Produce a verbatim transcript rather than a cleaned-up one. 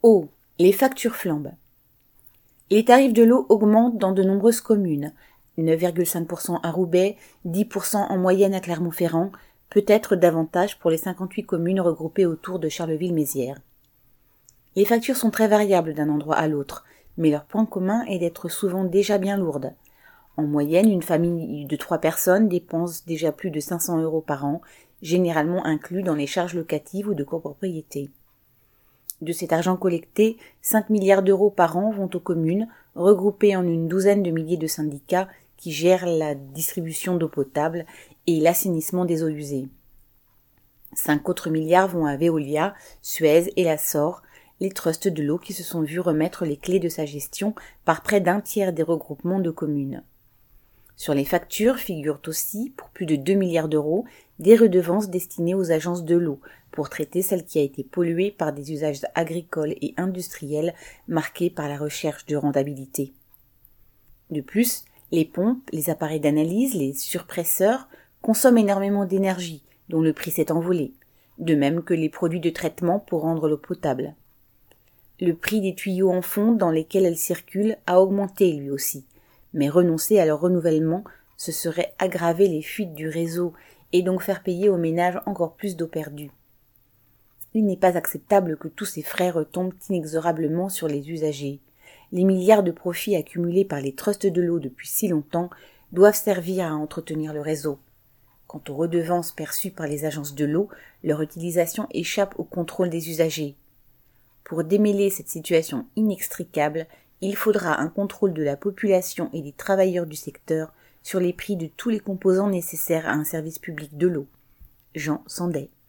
Eau, les factures flambent. Les tarifs de l'eau augmentent dans de nombreuses communes, neuf virgule cinq pour cent à Roubaix, dix pour cent en moyenne à Clermont-Ferrand, peut-être davantage pour les cinquante-huit communes regroupées autour de Charleville-Mézières. Les factures sont très variables d'un endroit à l'autre, mais leur point commun est d'être souvent déjà bien lourdes. En moyenne, une famille de trois personnes dépense déjà plus de cinq cents euros par an, généralement inclus dans les charges locatives ou de copropriété. De cet argent collecté, cinq milliards d'euros par an vont aux communes, regroupées en une douzaine de milliers de syndicats qui gèrent la distribution d'eau potable et l'assainissement des eaux usées. Cinq autres milliards vont à Veolia, Suez et la Sor, les trusts de l'eau qui se sont vus remettre les clés de sa gestion par près d'un tiers des regroupements de communes. Sur les factures figurent aussi, pour plus de deux milliards d'euros, des redevances destinées aux agences de l'eau, pour traiter celle qui a été polluée par des usages agricoles et industriels marqués par la recherche de rentabilité. De plus, les pompes, les appareils d'analyse, les surpresseurs consomment énormément d'énergie, dont le prix s'est envolé, de même que les produits de traitement pour rendre l'eau potable. Le prix des tuyaux en fonte dans lesquels elles circulent a augmenté lui aussi, mais renoncer à leur renouvellement, ce serait aggraver les fuites du réseau et donc faire payer aux ménages encore plus d'eau perdue. Il n'est pas acceptable que tous ces frais retombent inexorablement sur les usagers. Les milliards de profits accumulés par les trusts de l'eau depuis si longtemps doivent servir à entretenir le réseau. Quant aux redevances perçues par les agences de l'eau, leur utilisation échappe au contrôle des usagers. Pour démêler cette situation inextricable, il faudra un contrôle de la population et des travailleurs du secteur sur les prix de tous les composants nécessaires à un service public de l'eau. Jean Sandet.